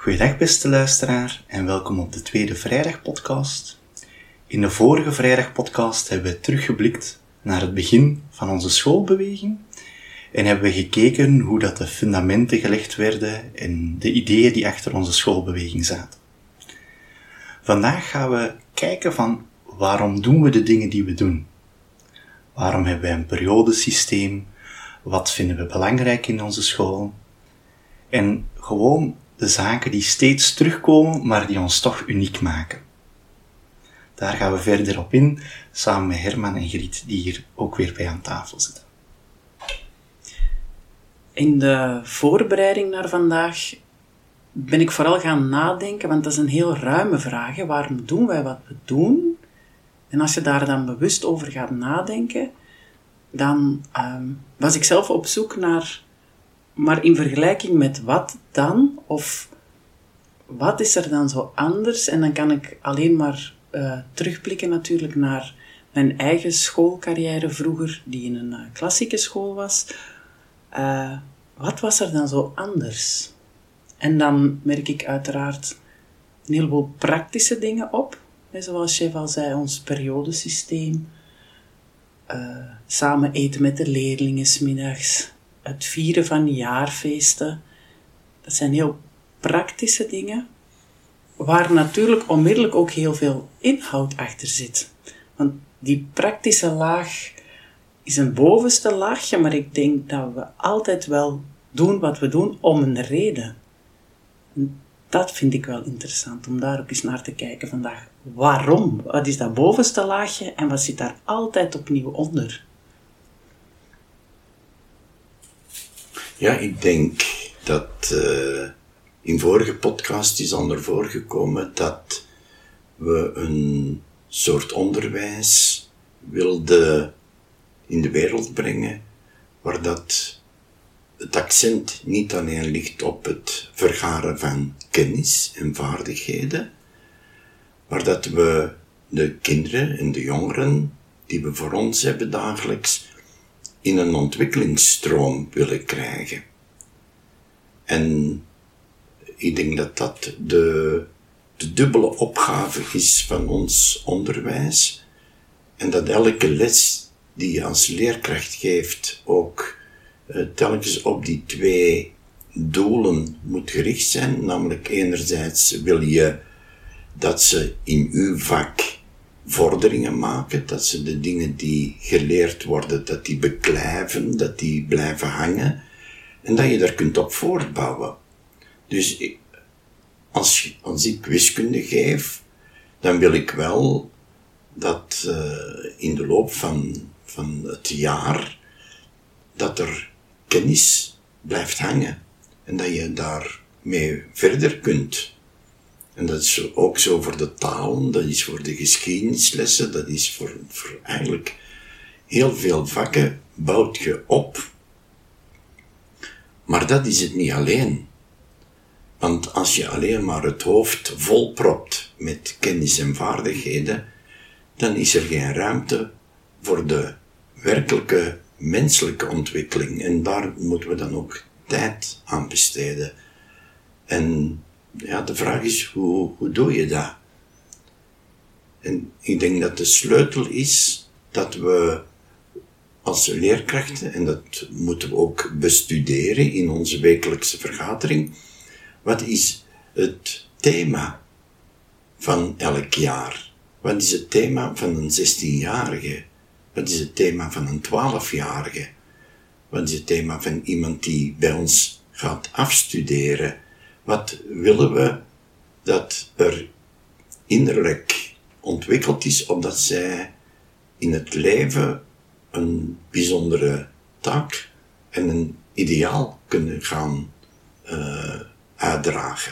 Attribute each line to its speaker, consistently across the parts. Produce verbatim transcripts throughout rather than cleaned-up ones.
Speaker 1: Goeiedag beste luisteraar en welkom op de tweede vrijdagpodcast. In de vorige vrijdagpodcast hebben we teruggeblikt naar het begin van onze schoolbeweging en hebben we gekeken hoe dat de fundamenten gelegd werden en de ideeën die achter onze schoolbeweging zaten. Vandaag gaan we kijken van waarom doen we de dingen die we doen? Waarom hebben wij een periodesysteem? Wat vinden we belangrijk in onze school? En gewoon de zaken die steeds terugkomen, maar die ons toch uniek maken. Daar gaan we verder op in, samen met Herman en Griet, die hier ook weer bij aan tafel zitten.
Speaker 2: In de voorbereiding naar vandaag ben ik vooral gaan nadenken, want dat is een heel ruime vraag. Hè. Waarom doen wij wat we doen? En als je daar dan bewust over gaat nadenken, dan um, was ik zelf op zoek naar, maar in vergelijking met wat dan? Of wat is er dan zo anders? En dan kan ik alleen maar uh, terugblikken natuurlijk naar mijn eigen schoolcarrière vroeger, die in een uh, klassieke school was. Uh, wat was er dan zo anders? En dan merk ik uiteraard een heleboel praktische dingen op. Hè, zoals Chef al zei, ons periodesysteem. Uh, samen eten met de leerlingen 's middags. Het vieren van jaarfeesten. Dat zijn heel praktische dingen. Waar natuurlijk onmiddellijk ook heel veel inhoud achter zit. Want die praktische laag is een bovenste laagje, maar ik denk dat we altijd wel doen wat we doen om een reden. En dat vind ik wel interessant, om daar ook eens naar te kijken vandaag. Waarom? Wat is dat bovenste laagje en wat zit daar altijd opnieuw onder?
Speaker 3: Ja, ik denk dat uh, in vorige podcast is al naar voren gekomen dat we een soort onderwijs wilden in de wereld brengen, waar dat het accent niet alleen ligt op het vergaren van kennis en vaardigheden, maar dat we de kinderen en de jongeren die we voor ons hebben dagelijks in een ontwikkelingsstroom willen krijgen. En ik denk dat dat de, de dubbele opgave is van ons onderwijs en dat elke les die je als leerkracht geeft ook uh, telkens op die twee doelen moet gericht zijn. Namelijk enerzijds wil je dat ze in uw vak vorderingen maken, dat ze de dingen die geleerd worden, dat die beklijven, dat die blijven hangen en dat je daar kunt op voortbouwen. Dus ik, als, als ik wiskunde geef, dan wil ik wel dat uh, in de loop van, van het jaar, dat er kennis blijft hangen en dat je daarmee verder kunt. En dat is ook zo voor de talen, dat is voor de geschiedenislessen, dat is voor, voor eigenlijk heel veel vakken bouwt je op. Maar dat is het niet alleen. Want als je alleen maar het hoofd volpropt met kennis en vaardigheden, dan is er geen ruimte voor de werkelijke menselijke ontwikkeling. En daar moeten we dan ook tijd aan besteden. En ja, de vraag is, hoe, hoe doe je dat? En ik denk dat de sleutel is dat we als leerkrachten, en dat moeten we ook bestuderen in onze wekelijkse vergadering, wat is het thema van elk jaar? Wat is het thema van een zestienjarige? Wat is het thema van een twaalfjarige? Wat is het thema van iemand die bij ons gaat afstuderen? Wat willen we dat er innerlijk ontwikkeld is, opdat zij in het leven een bijzondere taak en een ideaal kunnen gaan uh, uitdragen?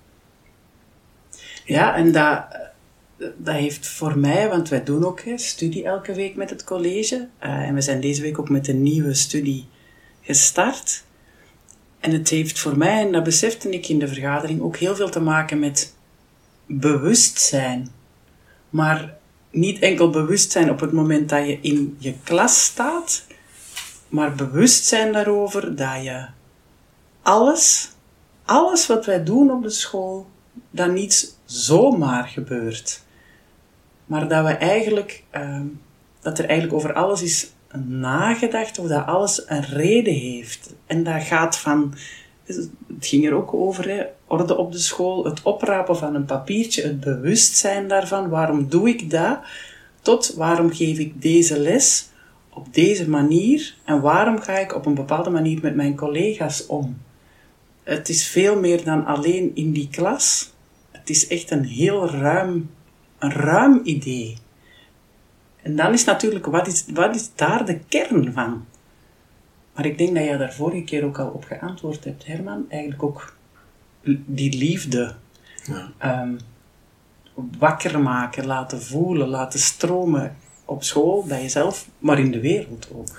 Speaker 2: Ja, en dat, dat heeft voor mij, want wij doen ook hè, studie elke week met het college, uh, en we zijn deze week ook met een nieuwe studie gestart. En het heeft voor mij, en dat besefte ik in de vergadering, ook heel veel te maken met bewustzijn. Maar niet enkel bewustzijn op het moment dat je in je klas staat, maar bewustzijn daarover dat je alles alles wat wij doen op de school, dat niet zomaar gebeurt. Maar dat we eigenlijk, uh, dat er eigenlijk over alles is nagedacht, of dat alles een reden heeft. En dat gaat van, het ging er ook over, hè, orde op de school, het oprapen van een papiertje, het bewustzijn daarvan, waarom doe ik dat, tot waarom geef ik deze les op deze manier en waarom ga ik op een bepaalde manier met mijn collega's om. Het is veel meer dan alleen in die klas. Het is echt een heel ruim, een ruim idee. En dan is natuurlijk, wat is, wat is daar de kern van? Maar ik denk dat jij daar vorige keer ook al op geantwoord hebt, Herman. Eigenlijk ook die liefde. Ja. Um, wakker maken, laten voelen, laten stromen op school, bij jezelf, maar in de wereld ook.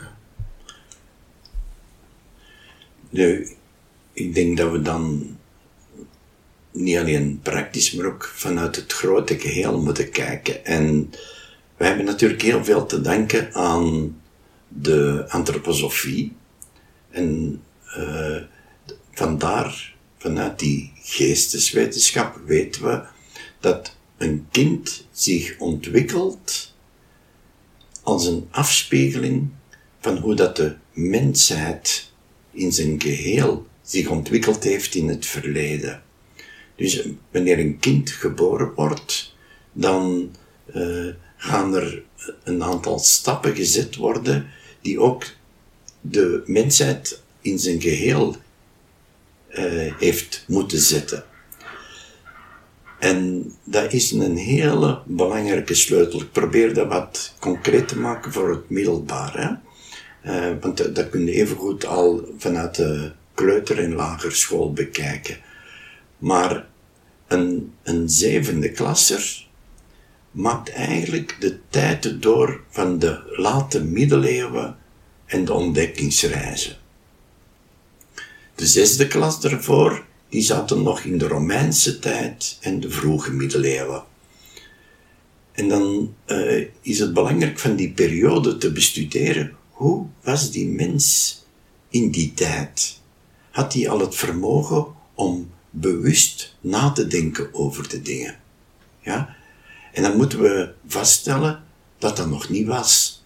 Speaker 3: Nu, ik denk dat we dan niet alleen praktisch, maar ook vanuit het grote geheel moeten kijken. En wij hebben natuurlijk heel veel te danken aan de antroposofie. En uh, vandaar, vanuit die geesteswetenschap, weten we dat een kind zich ontwikkelt als een afspiegeling van hoe dat de mensheid in zijn geheel zich ontwikkeld heeft in het verleden. Dus wanneer een kind geboren wordt, dan uh, gaan er een aantal stappen gezet worden die ook de mensheid in zijn geheel uh, heeft moeten zetten. En dat is een hele belangrijke sleutel. Ik probeer dat wat concreet te maken voor het middelbaar. Hè? Uh, want dat, dat kun je evengoed al vanuit de kleuter- en lagere school bekijken. Maar een, een zevende klasser maakt eigenlijk de tijd door van de late middeleeuwen en de ontdekkingsreizen. De zesde klas daarvoor, die zaten nog in de Romeinse tijd en de vroege middeleeuwen. En dan uh, is het belangrijk van die periode te bestuderen, hoe was die mens in die tijd? Had hij al het vermogen om bewust na te denken over de dingen? Ja? En dan moeten we vaststellen dat dat nog niet was.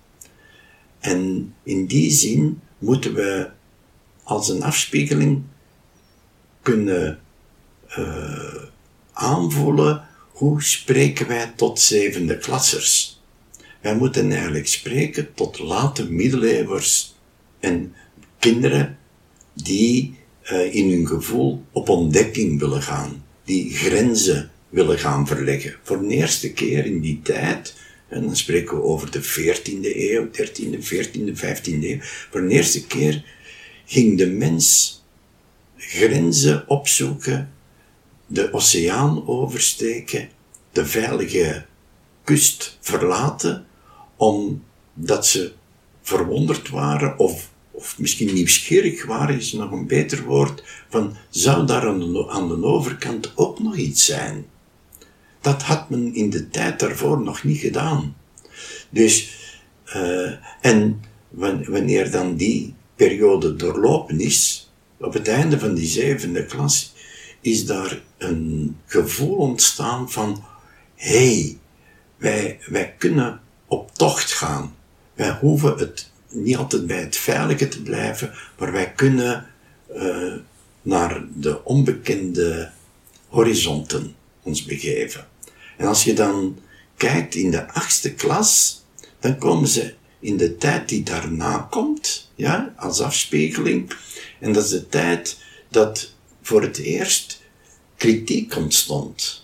Speaker 3: En in die zin moeten we als een afspiegeling kunnen uh, aanvoelen hoe spreken wij tot zevende klassers. Wij moeten eigenlijk spreken tot late middeleeuwers en kinderen die uh, in hun gevoel op ontdekking willen gaan, die grenzen willen gaan verleggen. Voor de eerste keer in die tijd, en dan spreken we over de veertiende eeuw, dertiende, veertiende, vijftiende eeuw, voor de eerste keer ging de mens grenzen opzoeken, de oceaan oversteken, de veilige kust verlaten, omdat ze verwonderd waren, of, of misschien nieuwsgierig waren, is nog een beter woord, van zou daar aan de, aan de overkant ook nog iets zijn? Dat had men in de tijd daarvoor nog niet gedaan. Dus, uh, en wanneer dan die periode doorlopen is, op het einde van die zevende klas, is daar een gevoel ontstaan van, hé, hey, wij, wij kunnen op tocht gaan. Wij hoeven het niet altijd bij het veilige te blijven, maar wij kunnen uh, naar de onbekende horizonten ons begeven. En als je dan kijkt in de achtste klas, dan komen ze in de tijd die daarna komt, ja, als afspiegeling. En dat is de tijd dat voor het eerst kritiek ontstond.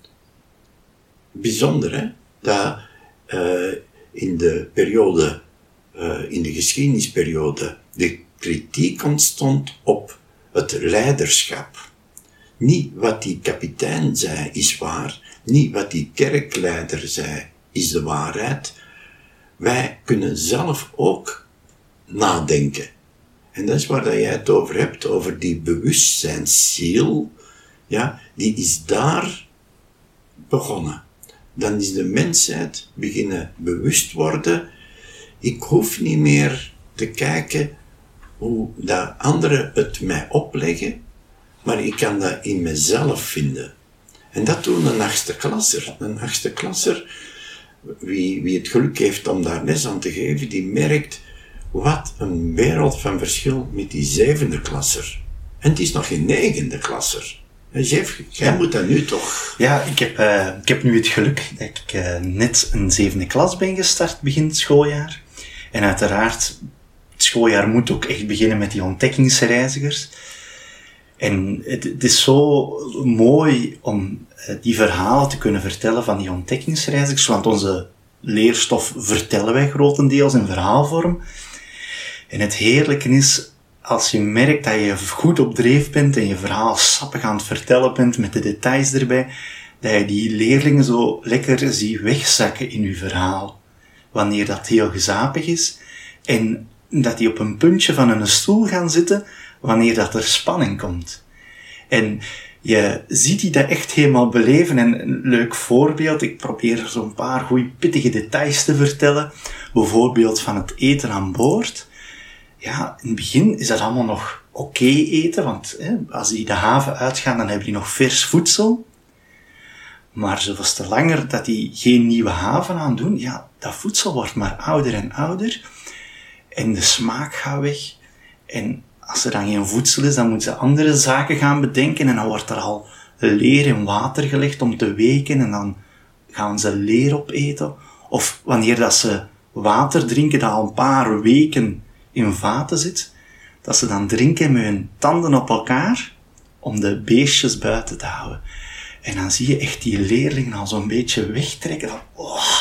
Speaker 3: Bijzonder, hè? Dat uh, in de periode, uh, in de geschiedenisperiode, de kritiek ontstond op het leiderschap. Niet wat die kapitein zei is waar, niet wat die kerkleider zei is de waarheid. Wij kunnen zelf ook nadenken. En dat is waar dat jij het over hebt, over die bewustzijnsziel, ja, die is daar begonnen. Dan is de mensheid beginnen bewust worden. Ik hoef niet meer te kijken hoe dat anderen het mij opleggen. maar ik kan dat in mezelf vinden. En dat doet een achtste klasser. Een achtste klasser, wie, wie het geluk heeft om daar les aan te geven, die merkt wat een wereld van verschil met die zevende klasser. En het is nog geen negende klasser. En Jeff, jij ja. moet dat nu toch...
Speaker 1: Ja, ik heb, uh, ik heb nu het geluk dat ik uh, net een zevende klas ben gestart, begin het schooljaar. En uiteraard, het schooljaar moet ook echt beginnen met die ontdekkingsreizigers. En het, het is zo mooi om uh, die verhalen te kunnen vertellen van die ontdekkingsreizigers, want onze leerstof vertellen wij grotendeels in verhaalvorm. En het heerlijke is, als je merkt dat je goed op dreef bent en je verhaal sappig aan het vertellen bent met de details erbij, dat je die leerlingen zo lekker ziet wegzakken in je verhaal. Wanneer dat heel gezapig is en dat die op een puntje van een stoel gaan zitten wanneer dat er spanning komt. En je ziet die dat echt helemaal beleven. En een leuk voorbeeld, ik probeer zo'n paar goeie pittige details te vertellen. Bijvoorbeeld van het eten aan boord. Ja, in het begin is dat allemaal nog oké okay eten, want hè, als die de haven uitgaan, dan hebben die nog vers voedsel. Maar zoals te langer dat die geen nieuwe haven aan doen, ja, dat voedsel wordt maar ouder en ouder. En de smaak gaat weg. En als er dan geen voedsel is, dan moeten ze andere zaken gaan bedenken. En dan wordt er al leer in water gelegd om te weken. En dan gaan ze leer opeten. Of wanneer dat ze water drinken dat al een paar weken in vaten zit, dat ze dan drinken met hun tanden op elkaar om de beestjes buiten te houden. En dan zie je echt die leerlingen al zo'n beetje wegtrekken van, oh.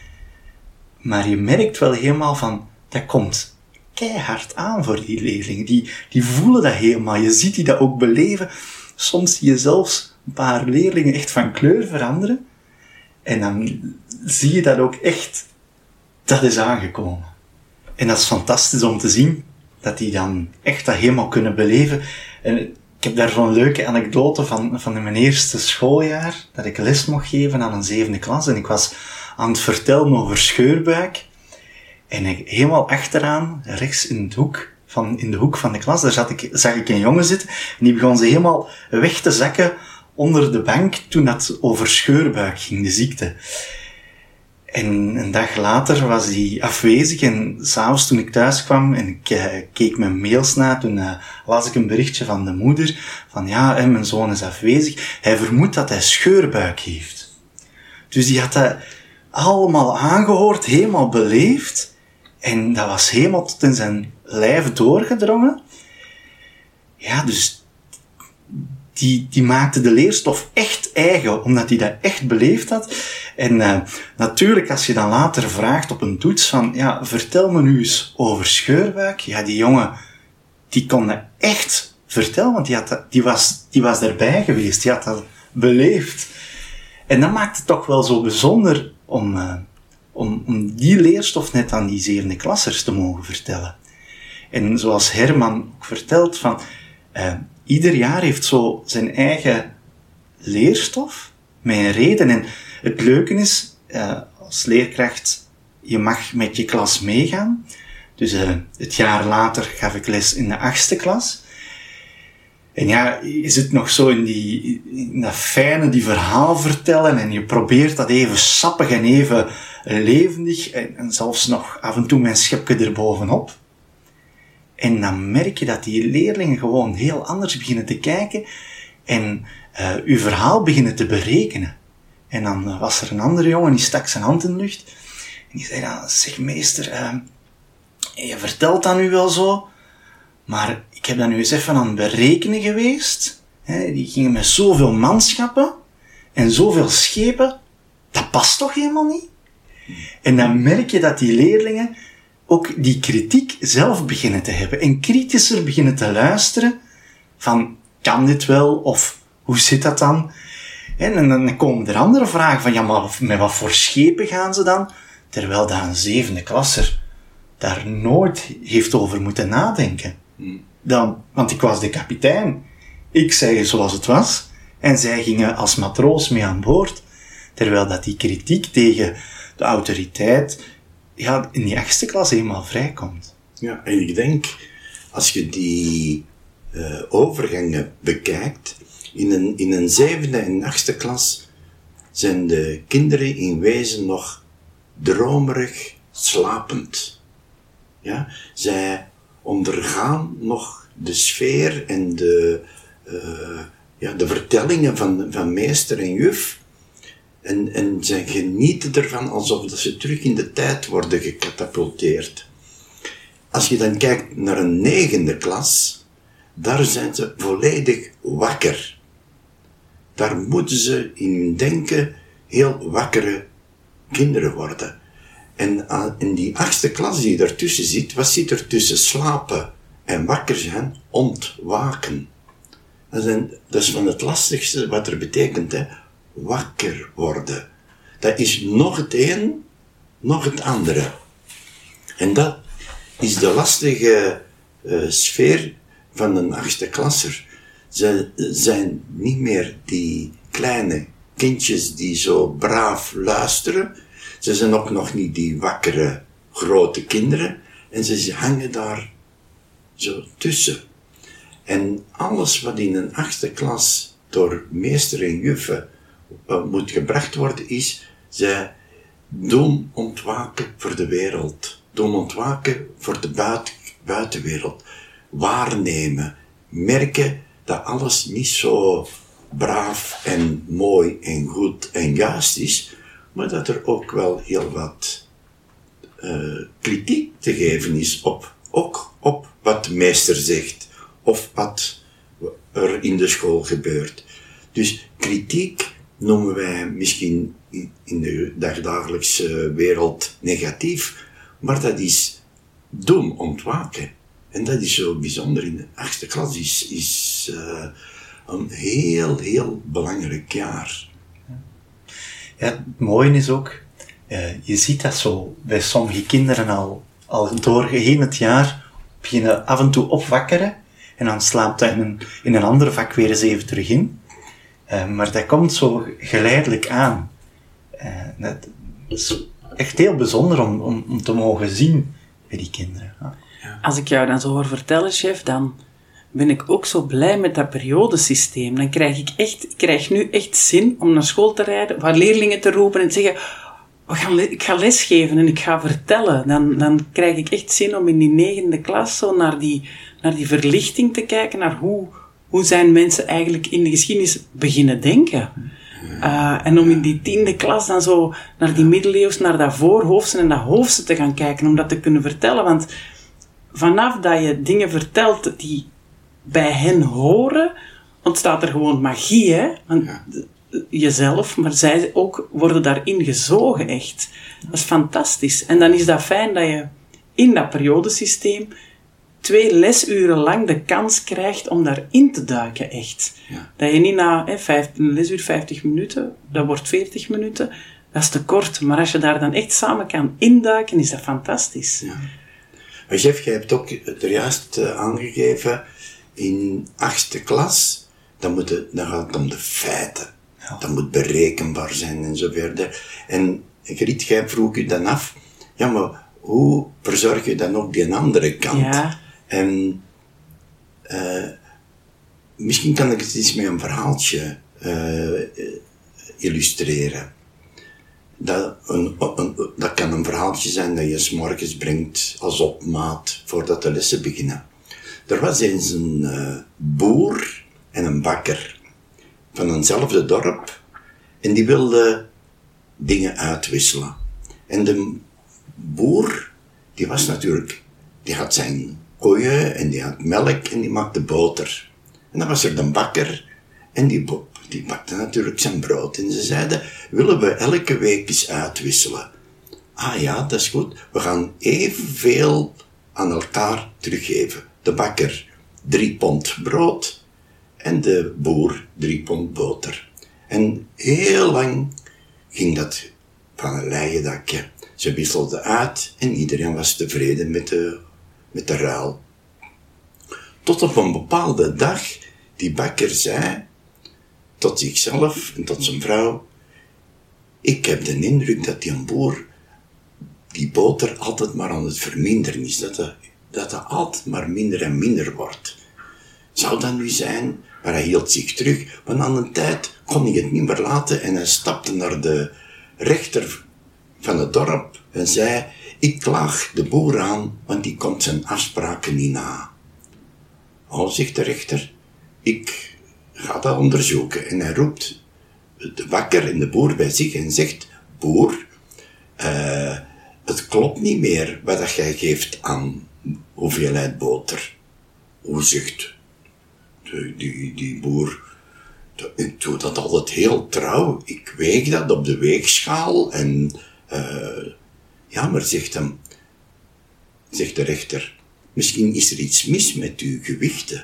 Speaker 1: Maar je merkt wel helemaal van, dat komt keihard aan voor die leerlingen. Die, die voelen dat helemaal. Je ziet die dat ook beleven. Soms zie je zelfs een paar leerlingen echt van kleur veranderen. En dan zie je dat ook echt, dat is aangekomen. En dat is fantastisch om te zien, dat die dan echt dat helemaal kunnen beleven. En ik heb daar zo'n leuke anekdote van, van mijn eerste schooljaar, dat ik les mocht geven aan een zevende klas. En ik was aan het vertellen over scheurbuik. En ik, helemaal achteraan, rechts in, het hoek van, in de hoek van de klas, daar zat ik, zag ik een jongen zitten. En die begon ze helemaal weg te zakken onder de bank toen dat over scheurbuik ging, de ziekte. En een dag later was hij afwezig en s'avonds toen ik thuis kwam en ik uh, keek mijn mails na, toen uh, las ik een berichtje van de moeder van ja, hè, mijn zoon is afwezig. Hij vermoedt dat hij scheurbuik heeft. Dus die had dat allemaal aangehoord, helemaal beleefd en dat was helemaal tot in zijn lijf doorgedrongen. Ja, dus Die, die maakte de leerstof echt eigen, omdat hij dat echt beleefd had. En uh, natuurlijk, als je dan later vraagt op een toets van, ja, vertel me nu eens over scheurbuik. Ja, die jongen, die kon dat echt vertellen, want die, had dat, die, was, die was erbij geweest, die had dat beleefd. En dat maakt het toch wel zo bijzonder om, uh, om, om die leerstof net aan die zevende klassers te mogen vertellen. En zoals Herman ook vertelt van, uh, ieder jaar heeft zo zijn eigen leerstof, met een reden. En het leuke is, uh, als leerkracht, je mag met je klas meegaan. Dus uh, het jaar later gaf ik les in de achtste klas. En ja, je zit nog zo in, die, in dat fijne, die verhaal vertellen. En je probeert dat even sappig en even levendig. En, en zelfs nog af en toe mijn schepje erbovenop. En dan merk je dat die leerlingen gewoon heel anders beginnen te kijken en uh, uw verhaal beginnen te berekenen. En dan uh, was er een andere jongen, die stak zijn hand in de lucht. En die zei dan, zeg meester, uh, je vertelt dat nu wel zo, maar ik heb dat nu eens even aan het berekenen geweest. He, die gingen met zoveel manschappen en zoveel schepen, dat past toch helemaal niet? En dan merk je dat die leerlingen ook die kritiek zelf beginnen te hebben en kritischer beginnen te luisteren van, kan dit wel? Of, hoe zit dat dan? En dan komen er andere vragen van, ja, maar met wat voor schepen gaan ze dan? Terwijl dat een zevende klasser daar nooit heeft over moeten nadenken. Dan, want ik was de kapitein. Ik zei zoals het was. En zij gingen als matroos mee aan boord. Terwijl dat die kritiek tegen de autoriteit, ja, in die achtste klas eenmaal vrijkomt.
Speaker 3: Ja, en ik denk, als je die uh, overgangen bekijkt, in een, in een zevende en achtste klas zijn de kinderen in wezen nog dromerig slapend. Ja? Zij ondergaan nog de sfeer en de, uh, ja, de vertellingen van, van meester en juf. En, en zij genieten ervan alsof dat ze terug in de tijd worden gecatapulteerd. Als je dan kijkt naar een negende klas, daar zijn ze volledig wakker. Daar moeten ze in hun denken heel wakkere kinderen worden. En in die achtste klas die ertussen zit, wat zit er tussen slapen en wakker zijn? Ontwaken. Dat is, een, dat is van het lastigste wat er betekent, hè. Wakker worden. Dat is nog het een, nog het andere. En dat is de lastige uh, sfeer van een achtste klasser. Ze zijn niet meer die kleine kindjes die zo braaf luisteren. Ze zijn ook nog niet die wakkere grote kinderen. En ze hangen daar zo tussen. En alles wat in een achtste klas door meester en juffen uh, moet gebracht worden is, ze doen ontwaken voor de wereld. Doen ontwaken voor de buiten, buitenwereld. Waarnemen. Merken dat alles niet zo braaf en mooi en goed en juist is, maar dat er ook wel heel wat uh, kritiek te geven is op, ook op wat de meester zegt, of wat er in de school gebeurt. Dus kritiek noemen wij misschien in de dagdagelijkse wereld negatief, maar dat is doen ontwaken. En dat is zo bijzonder. In de achtste klas is, is uh, een heel, heel belangrijk jaar.
Speaker 1: Ja, het mooie is ook, uh, je ziet dat zo bij sommige kinderen al, al doorheen het jaar, beginnen af en toe opwakkeren en dan slaapt dat in een, in een ander vak weer eens even terug in. Uh, maar dat komt zo geleidelijk aan. Uh, dat is echt heel bijzonder om, om, om te mogen zien bij die kinderen. Ja.
Speaker 2: Als ik jou dan zo hoor vertellen, chef, dan ben ik ook zo blij met dat periodesysteem. Dan krijg ik echt, ik krijg nu echt zin om naar school te rijden, wat leerlingen te roepen en te zeggen, we gaan, ik ga lesgeven en ik ga vertellen. Dan, dan krijg ik echt zin om in die negende klas zo naar die, naar die verlichting te kijken, naar hoe, hoe zijn mensen eigenlijk in de geschiedenis beginnen denken. Uh, en om in die tiende klas dan zo naar die middeleeuws, naar dat voorhoofdse en dat hoofdse te gaan kijken, om dat te kunnen vertellen. Want vanaf dat je dingen vertelt die bij hen horen, ontstaat er gewoon magie, hè? Want ja. Jezelf, maar zij ook worden daarin gezogen, echt. Dat is fantastisch. En dan is dat fijn dat je in dat periodesysteem twee lesuren lang de kans krijgt om daarin te duiken, echt. Ja. Dat je niet na hè, vijf, een lesuur vijftig minuten, dat wordt veertig minuten, dat is te kort. Maar als je daar dan echt samen kan induiken, is dat fantastisch.
Speaker 3: Ja. Maar chef, jij hebt ook er juist uh, aangegeven, in achtste klas, dan, moet het, dan gaat het om de feiten. Ja. Dat moet berekenbaar zijn en zo verder. En Griet, jij vroeg je dan af, ja, maar hoe verzorg je dan ook die andere kant?
Speaker 2: Ja.
Speaker 3: En uh, misschien kan ik het eens met een verhaaltje uh, illustreren. Dat, een, een, dat kan een verhaaltje zijn dat je 's morgens brengt als opmaat voordat de lessen beginnen. Er was eens een uh, boer en een bakker van eenzelfde dorp en die wilden dingen uitwisselen. En de boer, die was natuurlijk, die had zijn koeien en die had melk en die maakte boter. En dan was er de bakker en die, die bakte natuurlijk zijn brood. En ze zeiden, willen we elke week eens uitwisselen? Ah ja, dat is goed. We gaan evenveel aan elkaar teruggeven. De bakker drie pond brood en de boer drie pond boter. En heel lang ging dat van een leien dakje. Ze wisselden uit en iedereen was tevreden met de, met de ruil. Tot op een bepaalde dag die bakker zei tot zichzelf en tot zijn vrouw, ik heb de indruk dat die een boer die boter altijd maar aan het verminderen is, dat dat, dat dat altijd maar minder en minder wordt. zou dat nu zijn? Maar hij hield zich terug, want aan een tijd kon hij het niet meer laten en hij stapte naar de rechter van het dorp en zei, ik klaag de boer aan, want die komt zijn afspraken niet na. Oh, zegt de rechter, ik ga dat onderzoeken. En hij roept de bakker en de boer bij zich en zegt, boer, uh, het klopt niet meer wat dat jij geeft aan hoeveelheid boter. Hoe zegt die, die, die boer, ik doe dat altijd heel trouw, ik weeg dat op de weegschaal en uh, ja, maar zegt hem, zegt de rechter, misschien is er iets mis met uw gewichten.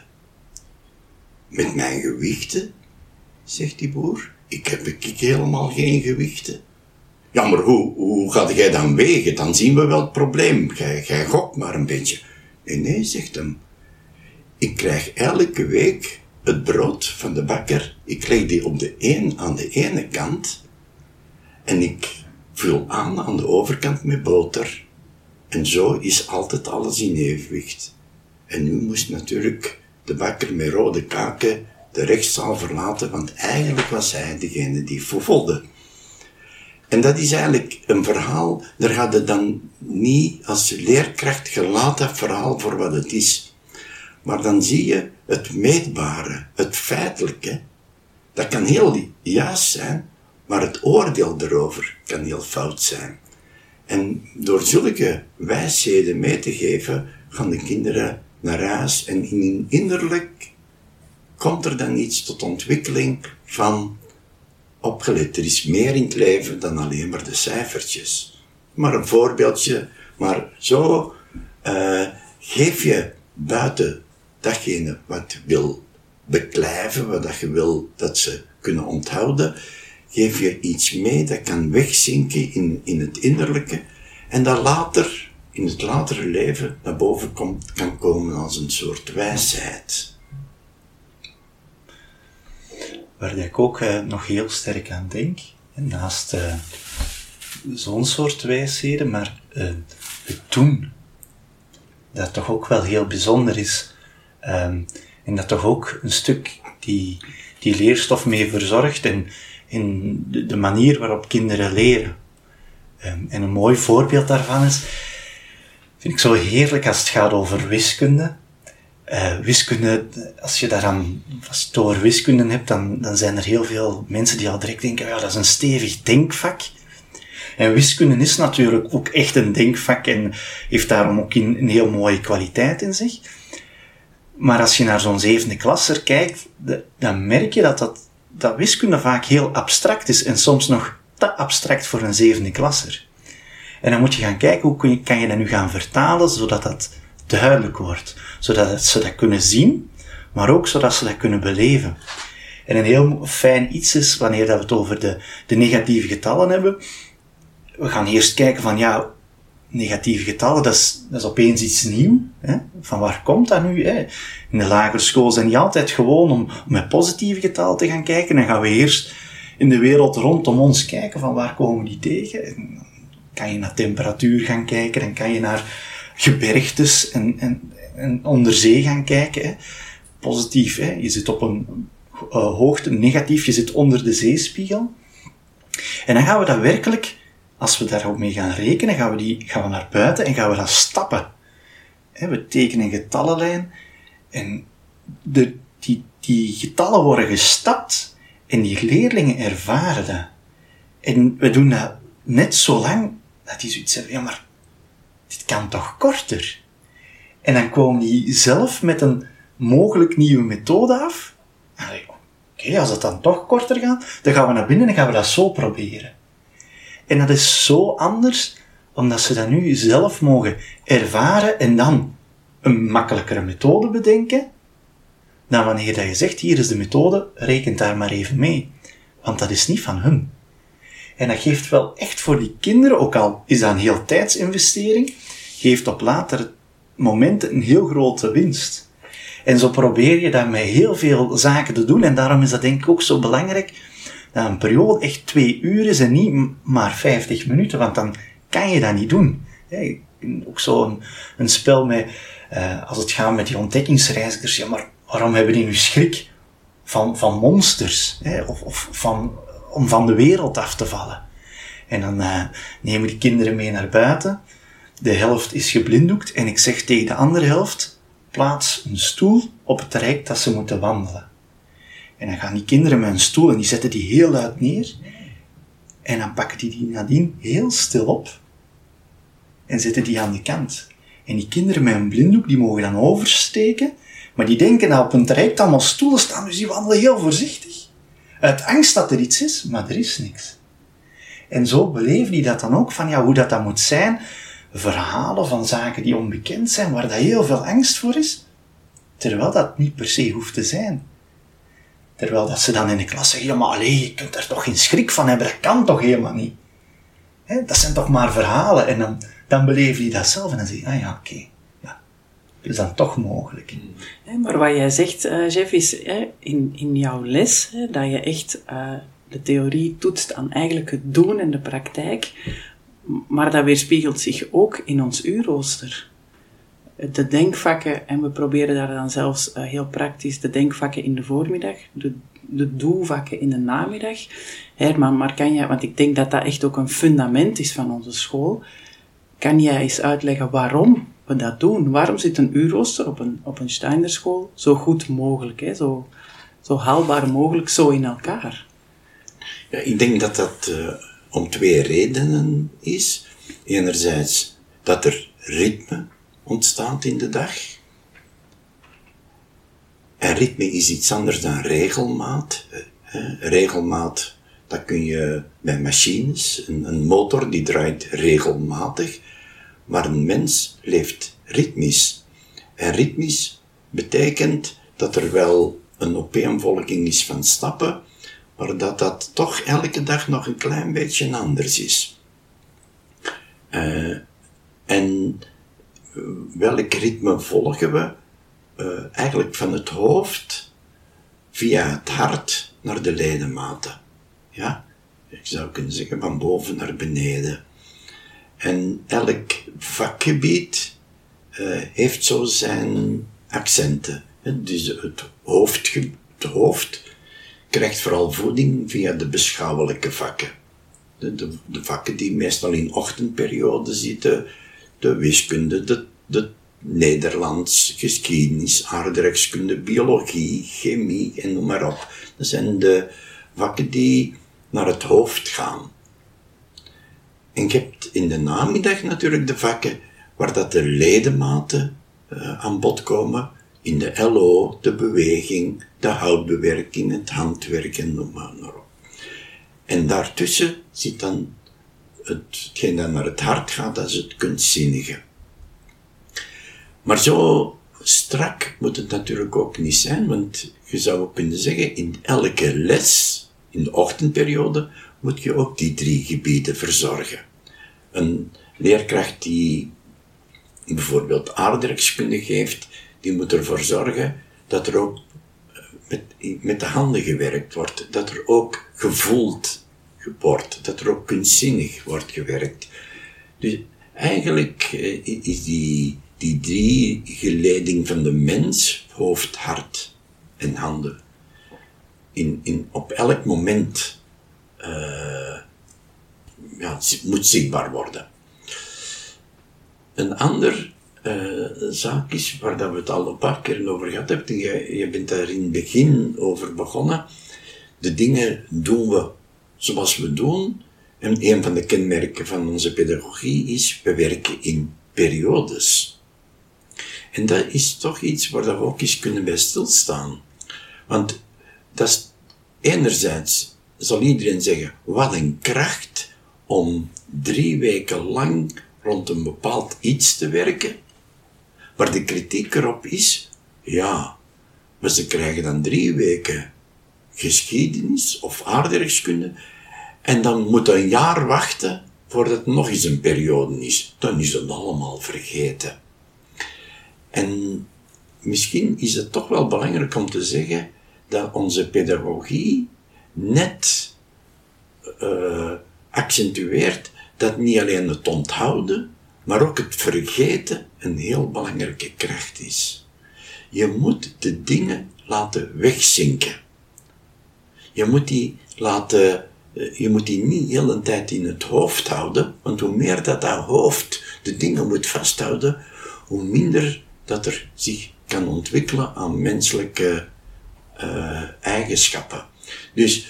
Speaker 3: Met mijn gewichten? Zegt die boer, ik heb ik helemaal geen gewichten. Ja, maar hoe, hoe ga jij dan wegen? Dan zien we wel het probleem. Jij, jij gokt maar een beetje. Nee, nee, zegt hem. Ik krijg elke week het brood van de bakker. Ik leg die op de een, aan de ene kant. En ik vul aan aan de overkant met boter. En zo is altijd alles in evenwicht. En nu moest natuurlijk de bakker met rode kaken de rechtszaal verlaten, want eigenlijk was hij degene die foefelde. En dat is eigenlijk een verhaal, daar gaat het dan niet als leerkracht gelaten verhaal voor wat het is. Maar dan zie je het meetbare, het feitelijke. Dat kan heel juist zijn, maar het oordeel erover kan heel fout zijn. En door zulke wijsheden mee te geven, gaan de kinderen naar huis en in innerlijk komt er dan iets tot ontwikkeling van opgelet. Er is meer in het leven dan alleen maar de cijfertjes. Maar een voorbeeldje, maar zo uh, geef je buiten datgene wat je wil beklijven, wat je wil dat ze kunnen onthouden, geef je iets mee dat kan wegzinken in, in het innerlijke en dat later, in het latere leven, naar boven komt, kan komen als een soort wijsheid.
Speaker 1: Waar ik ook uh, nog heel sterk aan denk, en naast uh, zo'n soort wijsheden, maar uh, het doen, dat toch ook wel heel bijzonder is, um, en dat toch ook een stuk die, die leerstof mee verzorgt en in de, de manier waarop kinderen leren. Um, en een mooi voorbeeld daarvan is, vind ik zo heerlijk als het gaat over wiskunde. Uh, wiskunde, als je daaraan, als je het over wiskunde hebt, dan, dan zijn er heel veel mensen die al direct denken, ja, dat is een stevig denkvak. En wiskunde is natuurlijk ook echt een denkvak en heeft daarom ook een, een heel mooie kwaliteit in zich. Maar als je naar zo'n zevende klasser kijkt, de, dan merk je dat, dat, dat wiskunde vaak heel abstract is en soms nog te abstract voor een zevende klasser. En dan moet je gaan kijken, hoe kun je, kan je dat nu gaan vertalen, zodat dat duidelijk wordt. Zodat ze dat kunnen zien, maar ook zodat ze dat kunnen beleven. En een heel fijn iets is, wanneer dat we het over de, de negatieve getallen hebben, we gaan eerst kijken van, ja, negatieve getallen, dat is, dat is opeens iets nieuws. Hè? Van waar komt dat nu? Hè? In de lagere school zijn die altijd gewoon om, om met positieve getallen te gaan kijken. Dan gaan we eerst in de wereld rondom ons kijken van waar komen die tegen. En dan kan je naar temperatuur gaan kijken, dan kan je naar gebergtes en, en, en onder zee gaan kijken. Hè? Positief, hè? Je zit op een uh, hoogte, negatief, je zit onder de zeespiegel. En dan gaan we dat werkelijk, als we daar ook mee gaan rekenen, gaan we, die, gaan we naar buiten en gaan we dat stappen. Hè? We tekenen een getallenlijn en de, die, die getallen worden gestapt en die leerlingen ervaren dat. En we doen dat net zo lang dat die zoiets hebben, ja maar dit kan toch korter? En dan komen die zelf met een mogelijk nieuwe methode af. Oké, okay, als het dan toch korter gaat, dan gaan we naar binnen en gaan we dat zo proberen. En dat is zo anders, omdat ze dat nu zelf mogen ervaren en dan een makkelijkere methode bedenken, dan wanneer dat je zegt, hier is de methode, reken daar maar even mee. Want dat is niet van hun. En dat geeft wel echt voor die kinderen, ook al is dat een heel tijdsinvestering, geeft op latere momenten een heel grote winst. En zo probeer je dat met heel veel zaken te doen. En daarom is dat denk ik ook zo belangrijk, dat een periode echt twee uur is en niet maar vijftig minuten, want dan kan je dat niet doen. Ook zo'n een spel met, uh, als het gaat met die ontdekkingsreizigers, ja maar waarom hebben die nu schrik van, van monsters, hè? Of, of van, om van de wereld af te vallen? En dan uh, nemen die kinderen mee naar buiten. De helft is geblinddoekt en ik zeg tegen de andere helft, plaats een stoel op het traject dat ze moeten wandelen. En dan gaan die kinderen met een stoel en die zetten die heel luid neer. En dan pakken die die nadien heel stil op en zetten die aan de kant. En die kinderen met een blinddoek, die mogen dan oversteken, maar die denken dat op een traject allemaal stoelen staan, dus die wandelen heel voorzichtig. Uit angst dat er iets is, maar er is niks. En zo beleven die dat dan ook, van ja, hoe dat dan moet zijn, verhalen van zaken die onbekend zijn, waar dat heel veel angst voor is, terwijl dat niet per se hoeft te zijn. Terwijl dat ze dan in de klas zeggen, ja maar allee, je kunt er toch geen schrik van hebben, dat kan toch helemaal niet. He, dat zijn toch maar verhalen. En dan, dan beleven die dat zelf en dan zeg je, ah ja, oké, okay. Ja, dat is dan toch mogelijk.
Speaker 2: Hey, maar wat jij zegt, uh, Jeff, is hè, in, in jouw les, hè, dat je echt uh, de theorie toetst aan eigenlijk het doen en de praktijk, maar dat weerspiegelt zich ook in ons uurrooster. De denkvakken, en we proberen daar dan zelfs uh, heel praktisch de denkvakken in de voormiddag, de, de doelvakken in de namiddag. Herman, maar kan jij, want ik denk dat dat echt ook een fundament is van onze school, kan jij eens uitleggen waarom we dat doen? Waarom zit een uurrooster op een, op een Steinerschool zo goed mogelijk, hè? Zo, zo haalbaar mogelijk, zo in elkaar?
Speaker 3: Ja, ik denk dat dat uh, om twee redenen is. Enerzijds dat er ritme ontstaat in de dag. En ritme is iets anders dan regelmaat. Regelmaat, dat kun je bij machines, een, een motor die draait regelmatig, maar een mens leeft ritmisch. En ritmisch betekent dat er wel een opeenvolging is van stappen, maar dat dat toch elke dag nog een klein beetje anders is. Uh, en welk ritme volgen we? Uh, eigenlijk van het hoofd via het hart naar de ledematen. Ja? Ik zou kunnen zeggen van boven naar beneden. En elk vakgebied uh, heeft zo zijn accenten. Dus het hoofd, het hoofd krijgt vooral voeding via de beschouwelijke vakken. De, de, de vakken die meestal in ochtendperiode zitten, de wiskunde, de, de Nederlands, geschiedenis, aardrijkskunde, biologie, chemie en noem maar op. Dat zijn de vakken die naar het hoofd gaan. En je hebt in de namiddag natuurlijk de vakken waar dat de ledematen uh, aan bod komen. In de L O, de beweging, de houtbewerking, het handwerk en noem maar op. En daartussen zit dan hetgeen dat naar het hart gaat, dat is het kunstzinnige. Maar zo strak moet het natuurlijk ook niet zijn, want je zou ook kunnen zeggen, in elke les, in de ochtendperiode, moet je ook die drie gebieden verzorgen. Een leerkracht die bijvoorbeeld aardrijkskunde geeft, die moet ervoor zorgen dat er ook met, met de handen gewerkt wordt, dat er ook gevoeld wordt, dat er ook kunstzinnig wordt gewerkt. Dus eigenlijk is die, die drie geleding van de mens, hoofd, hart en handen, in, in, op elk moment uh, ja, moet zichtbaar worden. Een ander uh, zaak is, waar dat we het al een paar keer over gehad hebben, en je, je bent daar in het begin over begonnen, de dingen doen we zoals we doen, en een van de kenmerken van onze pedagogie is, we werken in periodes. En dat is toch iets waar we ook eens kunnen bij stilstaan. Want dat is, enerzijds zal iedereen zeggen, wat een kracht om drie weken lang rond een bepaald iets te werken, maar de kritiek erop is, ja, maar ze krijgen dan drie weken geschiedenis of aardrijkskunde en dan moet een jaar wachten voordat het nog eens een periode is. Dan is het allemaal vergeten. En misschien is het toch wel belangrijk om te zeggen dat onze pedagogie net uh, accentueert dat niet alleen het onthouden, maar ook het vergeten een heel belangrijke kracht is. Je moet de dingen laten wegzinken. Je moet die laten, je moet die niet de hele tijd in het hoofd houden, want hoe meer dat dat hoofd de dingen moet vasthouden, hoe minder dat er zich kan ontwikkelen aan menselijke uh, eigenschappen. Dus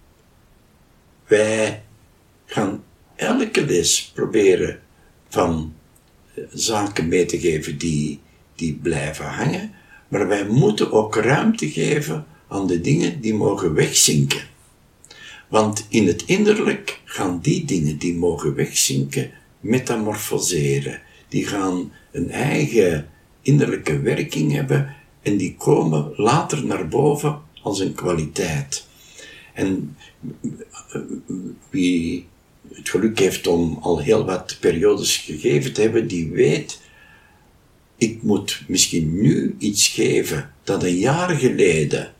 Speaker 3: wij gaan elke les proberen van zaken mee te geven die, die blijven hangen, maar wij moeten ook ruimte geven aan de dingen die mogen wegzinken. Want in het innerlijk gaan die dingen die mogen wegzinken metamorfoseren. Die gaan een eigen innerlijke werking hebben en die komen later naar boven als een kwaliteit. En wie het geluk heeft om al heel wat periodes gegeven te hebben, die weet, ik moet misschien nu iets geven dat een jaar geleden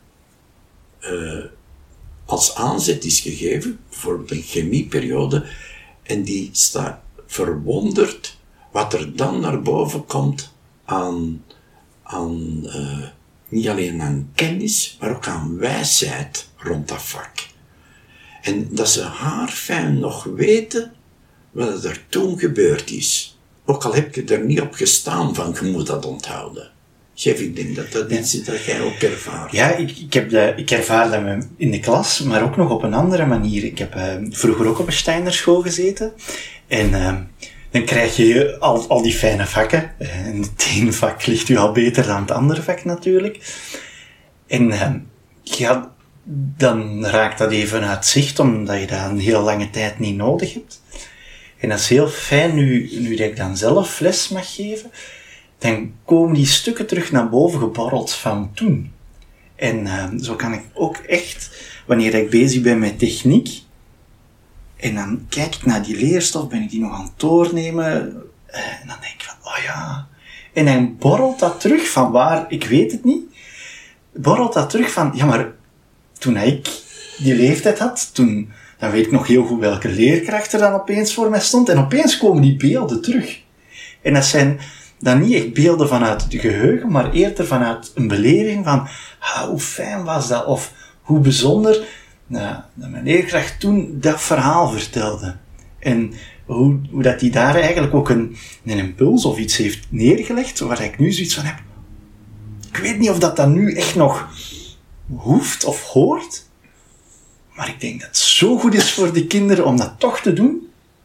Speaker 3: uh, als aanzet is gegeven, bijvoorbeeld een chemieperiode, en die staat verwonderd wat er dan naar boven komt aan, aan uh, niet alleen aan kennis, maar ook aan wijsheid rond dat vak. En dat ze haarfijn nog weten wat er toen gebeurd is. Ook al heb je er niet op gestaan van, je moet dat onthouden. Chef, ik denk dat dat iets is dat jij ook ervaart.
Speaker 1: Ja, ik, ik, heb de, ik ervaar dat in de klas, maar ook nog op een andere manier. Ik heb uh, vroeger ook op een Steinerschool gezeten. En uh, dan krijg je al, al die fijne vakken. En het ene vak ligt u al beter dan het andere vak natuurlijk. En uh, ja, dan raakt dat even uit zicht, omdat je dat een heel lange tijd niet nodig hebt. En dat is heel fijn, nu, nu dat ik dan zelf les mag geven, dan komen die stukken terug naar boven geborreld van toen. En uh, zo kan ik ook echt, wanneer ik bezig ben met techniek, en dan kijk ik naar die leerstof, ben ik die nog aan het doornemen, uh, en dan denk ik van, oh ja. En dan borrelt dat terug van waar, ik weet het niet, borrelt dat terug van, ja maar, toen ik die leeftijd had, toen, dan weet ik nog heel goed welke leerkracht er dan opeens voor mij stond, en opeens komen die beelden terug. En dat zijn dan niet echt beelden vanuit het geheugen, maar eerder vanuit een beleving van, ah, hoe fijn was dat, of hoe bijzonder, nou, dat mijn leerkracht toen dat verhaal vertelde. En hoe, hoe dat die daar eigenlijk ook een, een impuls of iets heeft neergelegd, waar ik nu zoiets van heb. Ik weet niet of dat dan nu echt nog hoeft of hoort, maar ik denk dat het zo goed is voor de kinderen om dat toch te doen,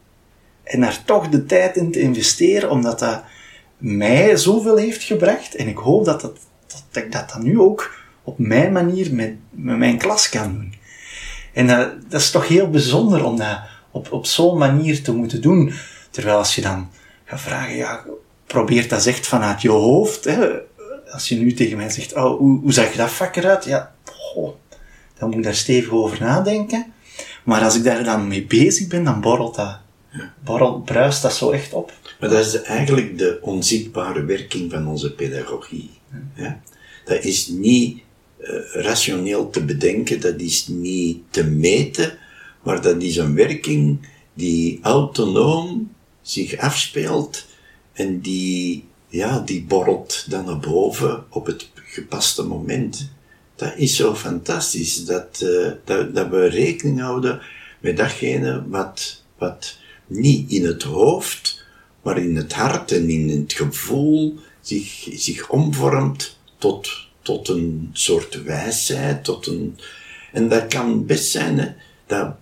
Speaker 1: en daar toch de tijd in te investeren, omdat dat mij zoveel heeft gebracht, en ik hoop dat, dat, dat ik dat dan nu ook op mijn manier met, met mijn klas kan doen. En dat, dat is toch heel bijzonder om dat op, op zo'n manier te moeten doen, terwijl als je dan gaat vragen, ja, probeer dat echt vanuit je hoofd, hè. Als je nu tegen mij zegt, oh, hoe, hoe zag je dat vak eruit? Ja, oh, dan moet ik daar stevig over nadenken. Maar als ik daar dan mee bezig ben, dan borrelt dat, borrelt, bruist dat zo echt op.
Speaker 3: Maar dat is de, eigenlijk de onzichtbare werking van onze pedagogie. Ja? Dat is niet uh, rationeel te bedenken, dat is niet te meten, maar dat is een werking die autonoom zich afspeelt en die, ja, die borrelt dan naar boven op het gepaste moment. Dat is zo fantastisch, dat, uh, dat, dat we rekening houden met datgene wat, wat niet in het hoofd, maar in het hart en in het gevoel zich, zich omvormt tot, tot een soort wijsheid, tot een, en dat kan best zijn, hè, dat,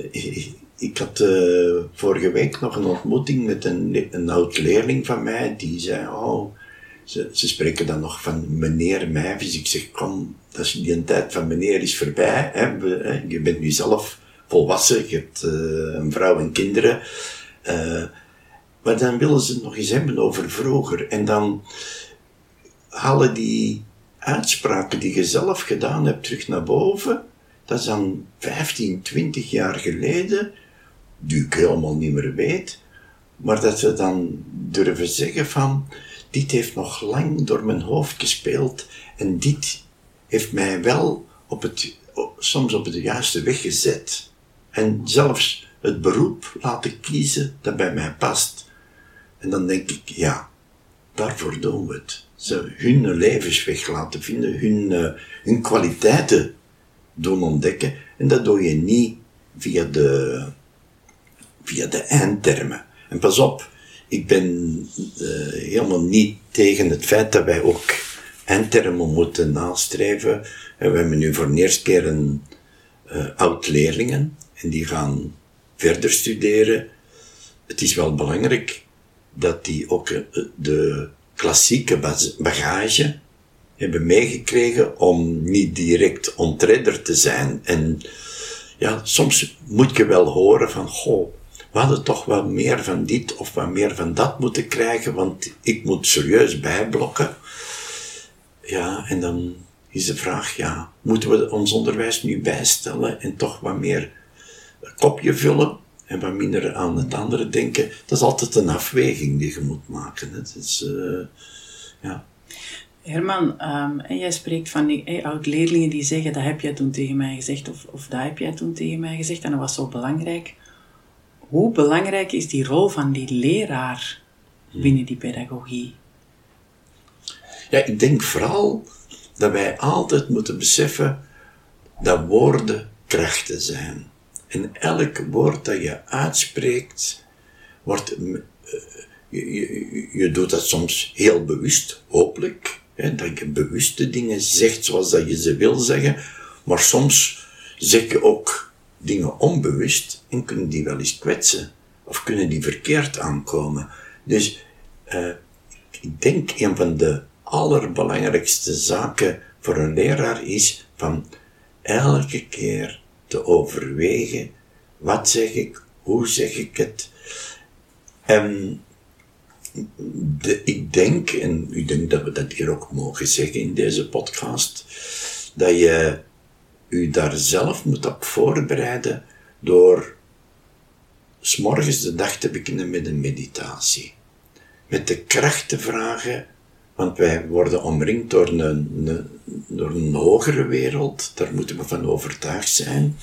Speaker 3: ik had uh, vorige week nog een ontmoeting met een, een oud leerling van mij, die zei, oh, ze, ze spreken dan nog van meneer Meijvis. Ik zeg, kom, dat is, die tijd van meneer is voorbij, hè, we, hè, je bent nu zelf volwassen, je hebt uh, een vrouw en kinderen, uh, maar dan willen ze het nog eens hebben over vroeger. En dan halen die uitspraken die je zelf gedaan hebt terug naar boven. Dat is dan vijftien, twintig jaar geleden, die ik helemaal niet meer weet. Maar dat ze dan durven zeggen van, dit heeft nog lang door mijn hoofd gespeeld. En dit heeft mij wel op het, soms op de juiste weg gezet. En zelfs het beroep laten kiezen dat bij mij past. En dan denk ik, ja, daarvoor doen we het. Ze hun levensweg laten vinden, hun, uh, hun kwaliteiten doen ontdekken. En dat doe je niet via de, via de eindtermen. En pas op, ik ben uh, helemaal niet tegen het feit dat wij ook eindtermen moeten nastreven. Uh, we hebben nu voor de eerste keer een uh, oud-leerlingen en die gaan verder studeren. Het is wel belangrijk dat die ook uh, de klassieke bagage hebben meegekregen om niet direct ontredder te zijn. En ja, soms moet je wel horen van, goh, we hadden toch wel meer van dit of wat meer van dat moeten krijgen, want ik moet serieus bijblokken. Ja, en dan is de vraag, ja, moeten we ons onderwijs nu bijstellen en toch wat meer kopje vullen en wat minder aan het andere denken? Dat is altijd een afweging die je moet maken. Het is, uh, ja...
Speaker 2: Herman, um, en jij spreekt van die hey, oud-leerlingen die zeggen, dat heb jij toen tegen mij gezegd, of, of dat heb jij toen tegen mij gezegd, en dat was zo belangrijk. Hoe belangrijk is die rol van die leraar binnen die pedagogie?
Speaker 3: Ja, ik denk vooral dat wij altijd moeten beseffen dat woorden krachten zijn. En elk woord dat je uitspreekt, wordt, uh, je, je, je doet dat soms heel bewust, hopelijk. Hè, dat je bewuste dingen zegt zoals dat je ze wil zeggen, maar soms zeg je ook dingen onbewust en kunnen die wel eens kwetsen, of kunnen die verkeerd aankomen. Dus uh, ik denk een van de allerbelangrijkste zaken voor een leraar is van elke keer te overwegen, wat zeg ik, hoe zeg ik het. En de, ik denk, en ik denk dat we dat hier ook mogen zeggen in deze podcast, dat je u daar zelf moet op voorbereiden door 's morgens de dag te beginnen met een meditatie. Met de kracht te vragen, want wij worden omringd door een, een, door een hogere wereld, daar moeten we van overtuigd zijn.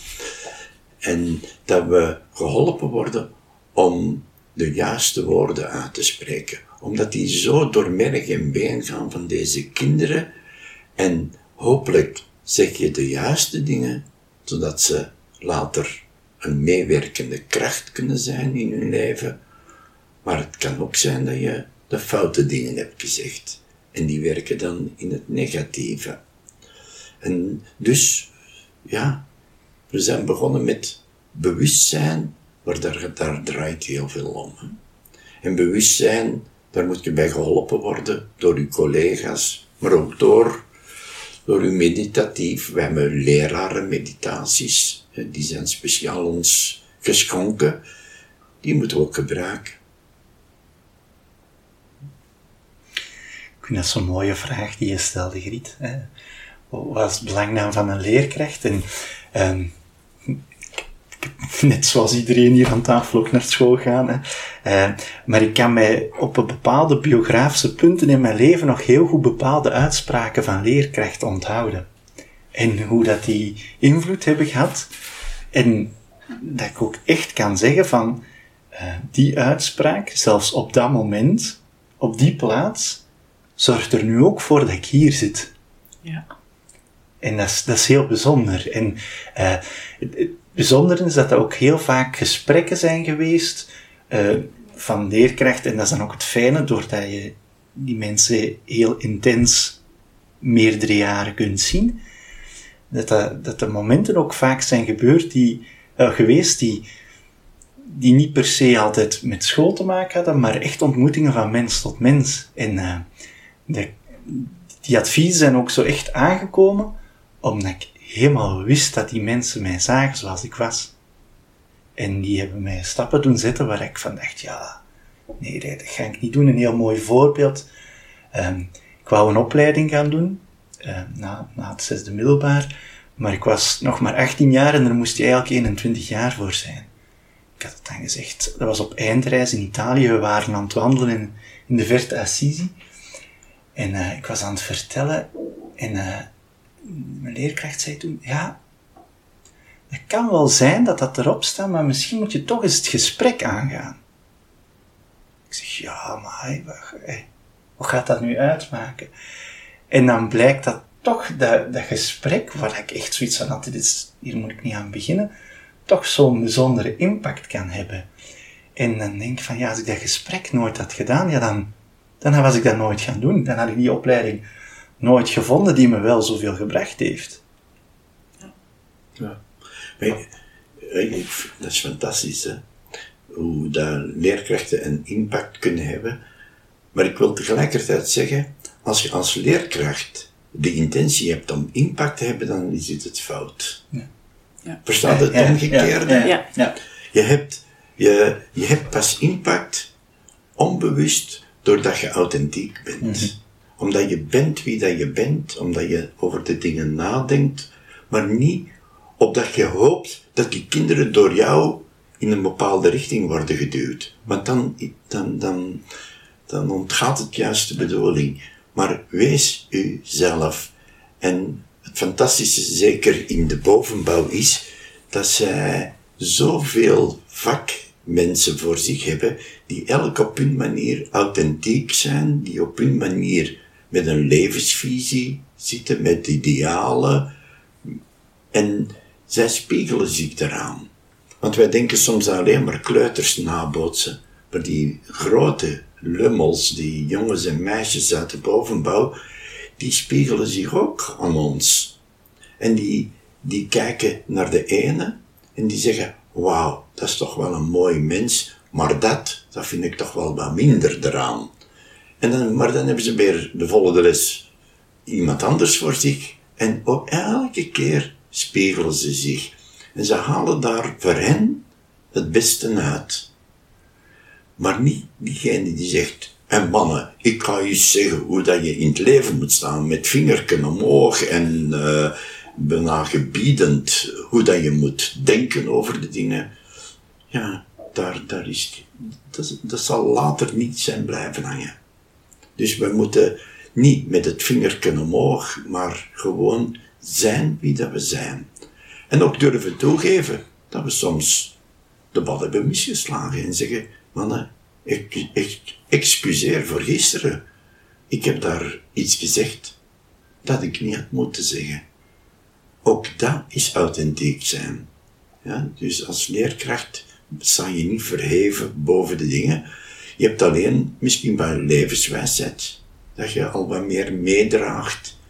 Speaker 3: En dat we geholpen worden om de juiste woorden uit te spreken. Omdat die zo door merg en been gaan van deze kinderen. En hopelijk zeg je de juiste dingen, zodat ze later een meewerkende kracht kunnen zijn in hun leven. Maar het kan ook zijn dat je de foute dingen hebt gezegd. En die werken dan in het negatieve. En dus, ja, we zijn begonnen met bewustzijn, maar daar, daar draait heel veel om. Hè. En bewustzijn, daar moet je bij geholpen worden door uw collega's, maar ook door, door uw meditatief. Wij hebben lerarenmeditaties, die zijn speciaal ons geschonken. Die moeten we ook gebruiken.
Speaker 1: Ik vind dat zo'n mooie vraag die je stelde, Griet. Hè. Wat is het belang dan van een leerkracht? En, um, net zoals iedereen hier aan tafel ook naar school gaan. Hè. Uh, maar ik kan mij op een bepaalde biografische punten in mijn leven nog heel goed bepaalde uitspraken van leerkrachten onthouden. En hoe dat die invloed hebben gehad. En dat ik ook echt kan zeggen van, uh, die uitspraak, zelfs op dat moment, op die plaats, zorgt er nu ook voor dat ik hier zit.
Speaker 2: Ja.
Speaker 1: En dat is, dat is heel bijzonder. En uh, het, het bijzondere is dat er ook heel vaak gesprekken zijn geweest uh, van leerkrachten. En dat is dan ook het fijne, doordat je die mensen heel intens meerdere jaren kunt zien. Dat, dat, dat er momenten ook vaak zijn gebeurd die, uh, geweest die, die niet per se altijd met school te maken hadden, maar echt ontmoetingen van mens tot mens. En uh, de, die adviezen zijn ook zo echt aangekomen, omdat ik helemaal wist dat die mensen mij zagen zoals ik was. En die hebben mij stappen doen zetten waar ik van dacht, ja, nee, dat ga ik niet doen. Een heel mooi voorbeeld. Um, ik wou een opleiding gaan doen, uh, na, na het zesde middelbaar, maar ik was nog maar achttien jaar en daar moest je eigenlijk eenentwintig jaar voor zijn. Ik had het dan gezegd, dat was op eindreis in Italië, we waren aan het wandelen in, in de verte Assisi. En uh, ik was aan het vertellen en uh, mijn leerkracht zei toen, ja, het kan wel zijn dat dat erop staat, maar misschien moet je toch eens het gesprek aangaan. Ik zeg, ja, maar hey, wacht, hey, wat gaat dat nu uitmaken? En dan blijkt dat toch dat, dat gesprek, waar ik echt zoiets van had, dit is, hier moet ik niet aan beginnen, toch zo'n bijzondere impact kan hebben. En dan denk ik van, ja, als ik dat gesprek nooit had gedaan, ja, dan, dan was ik dat nooit gaan doen. Dan had ik die opleiding nooit gevonden die me wel zoveel gebracht heeft.
Speaker 3: Ja. Ja. Dat is fantastisch, hè. Hoe dat leerkrachten een impact kunnen hebben. Maar ik wil tegelijkertijd zeggen, als je als leerkracht de intentie hebt om impact te hebben, dan is dit het fout. Ja. Ja. Verstaat het omgekeerde?
Speaker 2: Ja. Ja. Ja.
Speaker 3: Je hebt, je, je hebt pas impact onbewust doordat je authentiek bent. Mm-hmm. Omdat je bent wie dat je bent, omdat je over de dingen nadenkt, maar niet opdat je hoopt dat die kinderen door jou in een bepaalde richting worden geduwd. Want dan, dan, dan, dan ontgaat het juist de bedoeling. Maar wees uzelf. En het fantastische, zeker in de bovenbouw, is dat zij zoveel vakmensen voor zich hebben, die elk op hun manier authentiek zijn, die op hun manier met een levensvisie zitten, met idealen. En zij spiegelen zich daaraan. Want wij denken soms alleen maar kleuters nabootsen. Maar die grote lummels, die jongens en meisjes uit de bovenbouw, die spiegelen zich ook aan ons. En die, die kijken naar de ene en die zeggen, wauw, dat is toch wel een mooi mens, maar dat, dat vind ik toch wel wat minder eraan. En dan, maar dan hebben ze weer de volgende les iemand anders voor zich en ook elke keer spiegelen ze zich. En ze halen daar voor hen het beste uit. Maar niet diegene die zegt, en mannen, ik ga je zeggen hoe dat je in het leven moet staan, met vingerken omhoog en uh, bijna gebiedend, hoe dat je moet denken over de dingen. Ja, daar, daar is, dat, dat zal later niet zijn blijven hangen. Dus we moeten niet met het vingerken omhoog, maar gewoon zijn wie dat we zijn. En ook durven toegeven dat we soms de bal hebben misgeslagen en zeggen, mannen, ik, ik excuseer voor gisteren. Ik heb daar iets gezegd dat ik niet had moeten zeggen. Ook dat is authentiek zijn. Ja, dus als leerkracht sta je niet verheven boven de dingen. Je hebt alleen misschien bij levenswijsheid dat je al wat meer meedraagt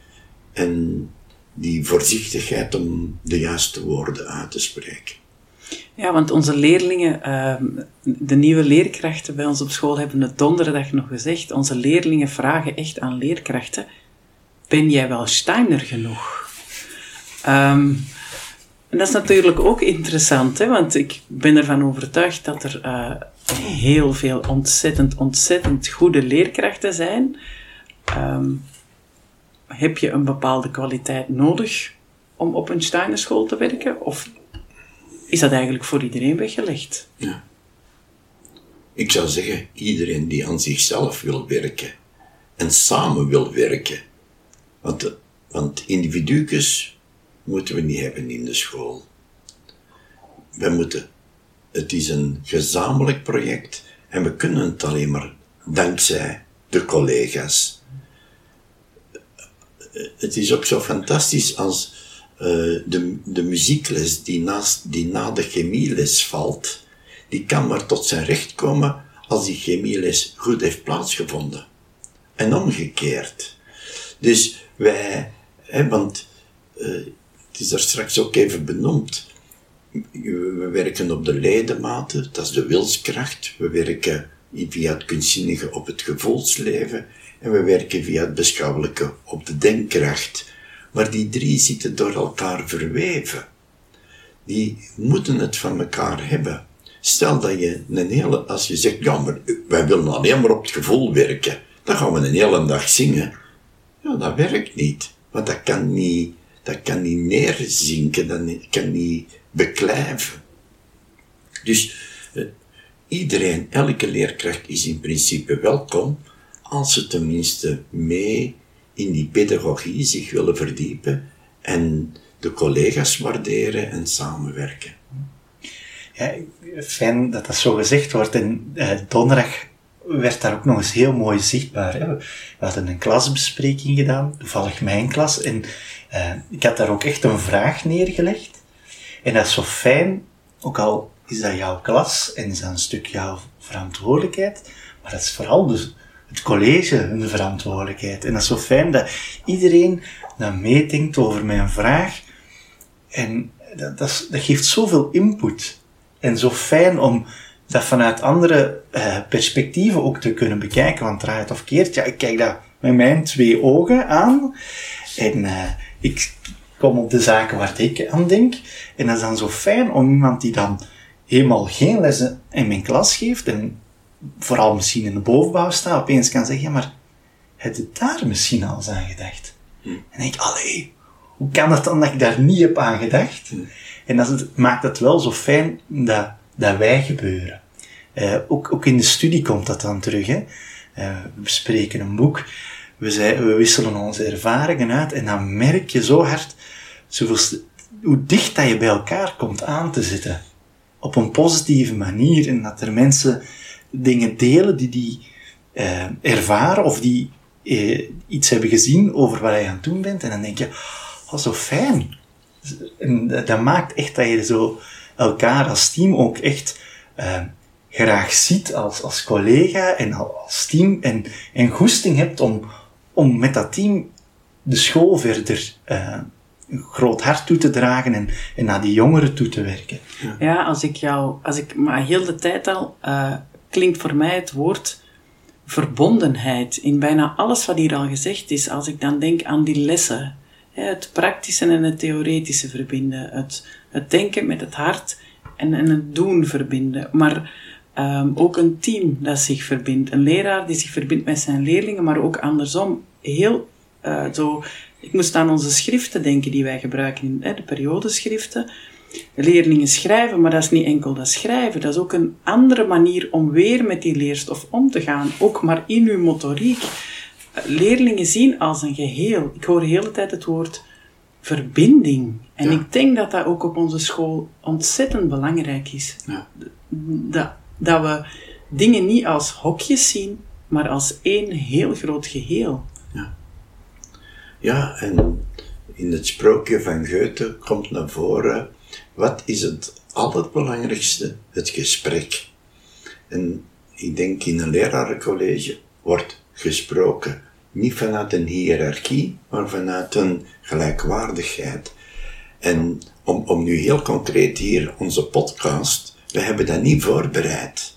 Speaker 3: en die voorzichtigheid om de juiste woorden uit te spreken.
Speaker 2: Ja, want onze leerlingen, uh, de nieuwe leerkrachten bij ons op school hebben het donderdag nog gezegd, onze leerlingen vragen echt aan leerkrachten, ben jij wel Steiner genoeg? Um, en dat is natuurlijk ook interessant, hè, want ik ben ervan overtuigd dat er uh, heel veel ontzettend, ontzettend goede leerkrachten zijn. Um, heb je een bepaalde kwaliteit nodig om op een Steinerschool te werken? Of is dat eigenlijk voor iedereen weggelegd?
Speaker 3: Ja. Ik zou zeggen, iedereen die aan zichzelf wil werken en samen wil werken. Want, want individuutjes moeten we niet hebben in de school. We moeten, het is een gezamenlijk project en we kunnen het alleen maar dankzij de collega's. Het is ook zo fantastisch als uh, de, de muziekles die, naast, die na de chemieles valt, die kan maar tot zijn recht komen als die chemieles goed heeft plaatsgevonden. En omgekeerd. Dus wij, hè, want uh, het is daar straks ook even benoemd, we werken op de ledematen, dat is de wilskracht, we werken via het kunstzinnige op het gevoelsleven, en we werken via het beschouwelijke op de denkkracht. Maar die drie zitten door elkaar verweven. Die moeten het van elkaar hebben. Stel dat je een hele, als je zegt, ja, maar wij willen alleen maar op het gevoel werken, dan gaan we een hele dag zingen. Ja, dat werkt niet. Want dat kan niet, dat kan niet neerzinken, dat kan niet beklijven. Dus eh, iedereen, elke leerkracht is in principe welkom, als ze tenminste mee in die pedagogie zich willen verdiepen en de collega's waarderen en samenwerken.
Speaker 1: Ja, fijn dat dat zo gezegd wordt. En uh, donderdag werd daar ook nog eens heel mooi zichtbaar. Hè. We hadden een klasbespreking gedaan, toevallig mijn klas, en uh, ik had daar ook echt een vraag neergelegd. En dat is zo fijn, ook al is dat jouw klas en is dat een stuk jouw verantwoordelijkheid, maar dat is vooral dus het college hun verantwoordelijkheid. En dat is zo fijn dat iedereen dan meedenkt over mijn vraag. En dat, dat, is, dat geeft zoveel input. En zo fijn om dat vanuit andere uh, perspectieven ook te kunnen bekijken. Want draait of keert, ja, ik kijk dat met mijn twee ogen aan. En uh, ik kom op de zaken waar ik aan denk. En dat is dan zo fijn om iemand die dan helemaal geen lessen in mijn klas geeft, en vooral misschien in de bovenbouw staat, opeens kan zeggen, ja, maar heb je daar misschien al eens aan gedacht? Hm. En dan denk ik, allee, hoe kan het dan dat ik daar niet heb aan gedacht? Hm. En dat het, maakt het wel zo fijn dat, dat wij gebeuren. Uh, ook, ook in de studie komt dat dan terug, hè. Uh, we bespreken een boek, we, zei, we wisselen onze ervaringen uit, en dan merk je zo hard zoveel, hoe dicht dat je bij elkaar komt aan te zitten. Op een positieve manier, en dat er mensen dingen delen die die uh, ervaren, of die uh, iets hebben gezien over wat je aan het doen bent, en dan denk je, oh, zo fijn. En dat, dat maakt echt dat je zo elkaar als team ook echt uh, graag ziet als, als collega en als team, en, en goesting hebt om, om met dat team de school verder uh, een groot hart toe te dragen en, en naar die jongeren toe te werken.
Speaker 2: Ja, ja als ik jou, als ik, maar heel de tijd al, uh, klinkt voor mij het woord verbondenheid in bijna alles wat hier al gezegd is. Als ik dan denk aan die lessen, hè, het praktische en het theoretische verbinden, het, het denken met het hart en, en het doen verbinden, maar um, ook een team dat zich verbindt, een leraar die zich verbindt met zijn leerlingen, maar ook andersom, heel uh, zo. Ik moest aan onze schriften denken die wij gebruiken, in hè, de periodeschriften. Leerlingen schrijven, maar dat is niet enkel dat schrijven. Dat is ook een andere manier om weer met die leerstof om te gaan. Ook maar in uw motoriek. Leerlingen zien als een geheel. Ik hoor de hele tijd het woord verbinding. En ja. Ik denk dat dat ook op onze school ontzettend belangrijk is. Ja. Dat, dat we dingen niet als hokjes zien, maar als één heel groot geheel.
Speaker 3: Ja. Ja, en in het sprookje van Goethe komt naar voren, wat is het allerbelangrijkste? Het gesprek. En ik denk in een lerarencollege wordt gesproken, niet vanuit een hiërarchie, maar vanuit een gelijkwaardigheid. En om, om nu heel concreet hier, onze podcast, we hebben dat niet voorbereid.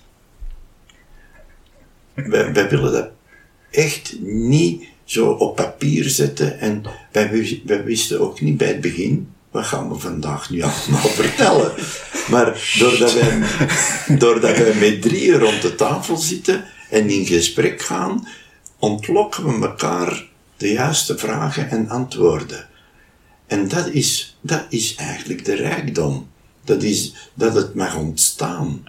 Speaker 3: We, wij willen dat echt niet zo op papier zetten, en wij, wij wisten ook niet bij het begin, wat gaan we vandaag nu allemaal vertellen. Maar doordat wij, doordat wij met drieën rond de tafel zitten en in gesprek gaan, ontlokken we elkaar de juiste vragen en antwoorden. En dat is, dat is eigenlijk de rijkdom. Dat is dat het mag ontstaan.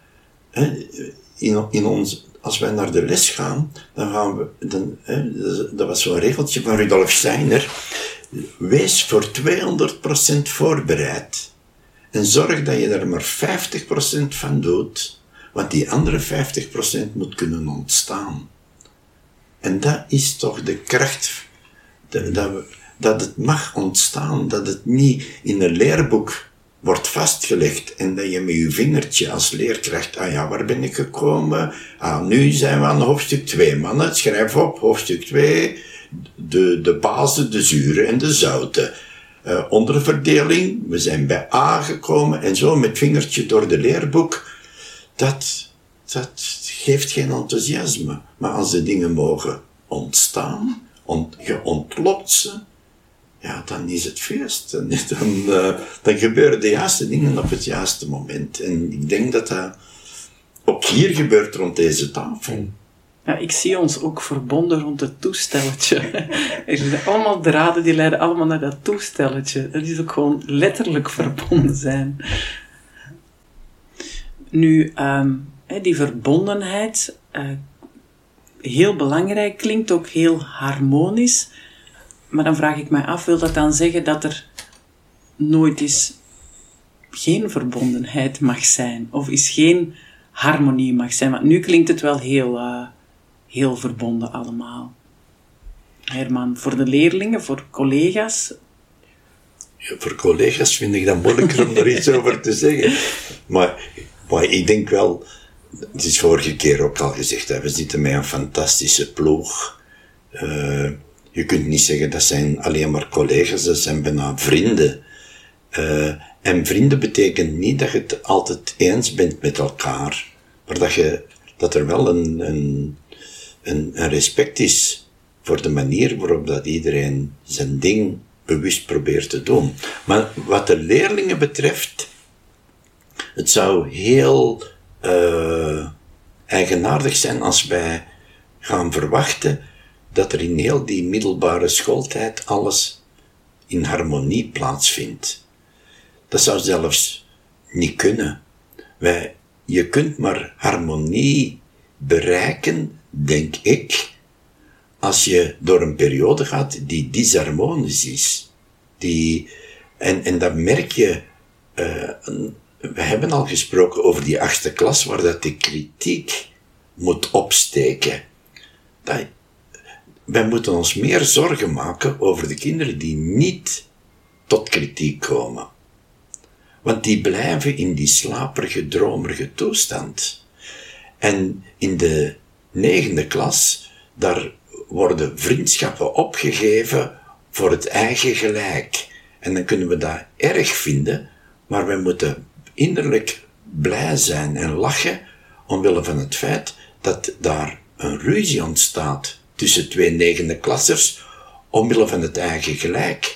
Speaker 3: In, in ons... Als wij naar de les gaan, dan gaan we, dan, hè, dat was zo'n regeltje van Rudolf Steiner, wees voor tweehonderd procent voorbereid en zorg dat je er maar vijftig procent van doet, want die andere vijftig procent moet kunnen ontstaan. En dat is toch de kracht, dat, dat, we, dat het mag ontstaan, dat het niet in een leerboek wordt vastgelegd en dat je met je vingertje als leerkracht, ah ja, waar ben ik gekomen? Ah, nu zijn we aan hoofdstuk twee, mannen, schrijf op, hoofdstuk twee, de, de bazen, de zuren en de zouten. Uh, onderverdeling, we zijn bij A gekomen en zo met vingertje door de leerboek, dat, dat geeft geen enthousiasme. Maar als de dingen mogen ontstaan, ont, je ontlokt ze, ja, dan is het feest. Dan, dan, uh, dan gebeuren de juiste dingen op het juiste moment. En ik denk dat dat ook hier gebeurt rond deze tafel.
Speaker 2: Ja, ik zie ons ook verbonden rond het toestelletje. Er zijn allemaal draden die leiden allemaal naar dat toestelletje. Dat is ook gewoon letterlijk verbonden zijn. Nu, um, die verbondenheid, uh, heel belangrijk, klinkt ook heel harmonisch. Maar dan vraag ik mij af, wil dat dan zeggen dat er nooit eens geen verbondenheid mag zijn? Of is geen harmonie mag zijn. Want nu klinkt het wel heel, uh, heel verbonden allemaal. Herman, voor de leerlingen, voor collega's?
Speaker 3: Ja, voor collega's vind ik dat moeilijker om er iets over te zeggen. Maar, maar ik denk wel, het is vorige keer ook al gezegd, hè, we zitten met een fantastische ploeg. Uh, je kunt niet zeggen dat zijn alleen maar collega's, dat zijn bijna vrienden. Uh, en vrienden betekent niet dat je het altijd eens bent met elkaar, maar dat, je, dat er wel een, een, een, een respect is voor de manier waarop dat iedereen zijn ding bewust probeert te doen. Maar wat de leerlingen betreft, het zou heel uh, eigenaardig zijn als wij gaan verwachten dat er in heel die middelbare schooltijd alles in harmonie plaatsvindt. Dat zou zelfs niet kunnen. Wij, je kunt maar harmonie bereiken, denk ik, als je door een periode gaat die disharmonisch is. Die, en, en dat merk je, uh, we hebben al gesproken over die achtste klas, waar dat de kritiek moet opsteken. Dat, wij moeten ons meer zorgen maken over de kinderen die niet tot kritiek komen. Want die blijven in die slaperige, dromerige toestand. En in de negende klas, daar worden vriendschappen opgegeven voor het eigen gelijk. En dan kunnen we dat erg vinden, maar we moeten innerlijk blij zijn en lachen omwille van het feit dat daar een ruzie ontstaat tussen twee negende klassers omwille van het eigen gelijk.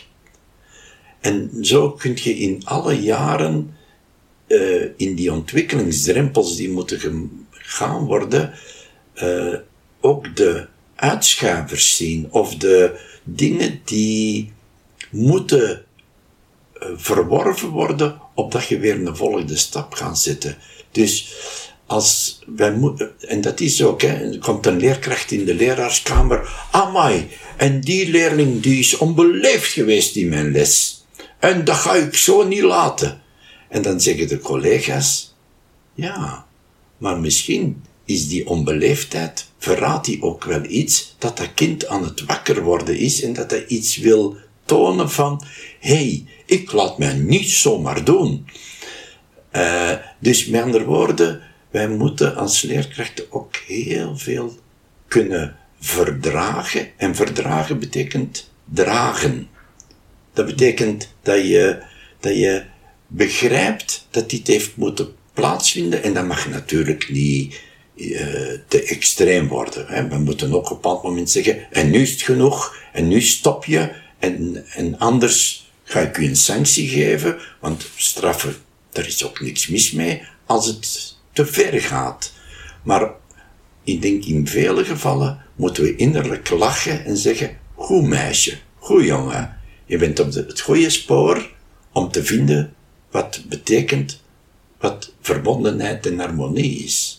Speaker 3: En zo kun je in alle jaren uh, in die ontwikkelingsdrempels die moeten gaan worden, uh, ook de uitschuivers zien, of de dingen die moeten uh, verworven worden, opdat je weer een volgende stap gaat zetten. Dus als wij moeten, en dat is ook, hè, er komt een leerkracht in de leraarskamer, amai, en die leerling die is onbeleefd geweest in mijn les. En dat ga ik zo niet laten. En dan zeggen de collega's, ja, maar misschien is die onbeleefdheid, verraadt die ook wel iets, dat dat kind aan het wakker worden is en dat hij iets wil tonen van, hé, hey, ik laat mij niet zomaar doen. Uh, dus met andere woorden, wij moeten als leerkrachten ook heel veel kunnen verdragen. En verdragen betekent dragen. Dat betekent dat je, dat je begrijpt dat dit heeft moeten plaatsvinden. En dat mag natuurlijk niet uh, te extreem worden. Hè. We moeten ook op een bepaald moment zeggen, en nu is het genoeg, en nu stop je, en, en anders ga ik u een sanctie geven, want straffen, daar is ook niks mis mee, als het te ver gaat. Maar ik denk in vele gevallen moeten we innerlijk lachen en zeggen, goed meisje, goed jongen, je bent op de, het goede spoor om te vinden wat betekent, wat verbondenheid en harmonie is.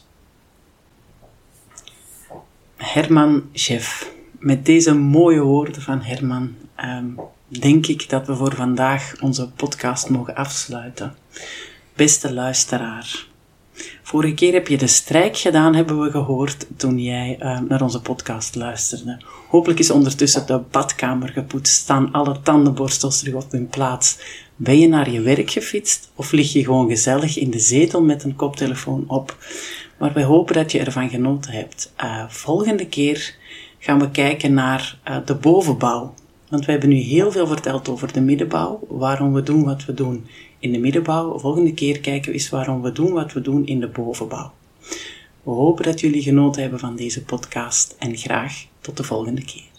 Speaker 2: Herman Chef, met deze mooie woorden van Herman, um, denk ik dat we voor vandaag onze podcast mogen afsluiten. Beste luisteraar, vorige keer heb je de strijk gedaan, hebben we gehoord, toen jij uh, naar onze podcast luisterde. Hopelijk is ondertussen de badkamer gepoetst, staan alle tandenborstels terug op hun plaats. Ben je naar je werk gefietst of lig je gewoon gezellig in de zetel met een koptelefoon op? Maar wij hopen dat je ervan genoten hebt. Uh, volgende keer gaan we kijken naar uh, de bovenbouw. Want we hebben nu heel veel verteld over de middenbouw, waarom we doen wat we doen in de middenbouw. Volgende keer kijken we eens waarom we doen wat we doen in de bovenbouw. We hopen dat jullie genoten hebben van deze podcast en graag tot de volgende keer.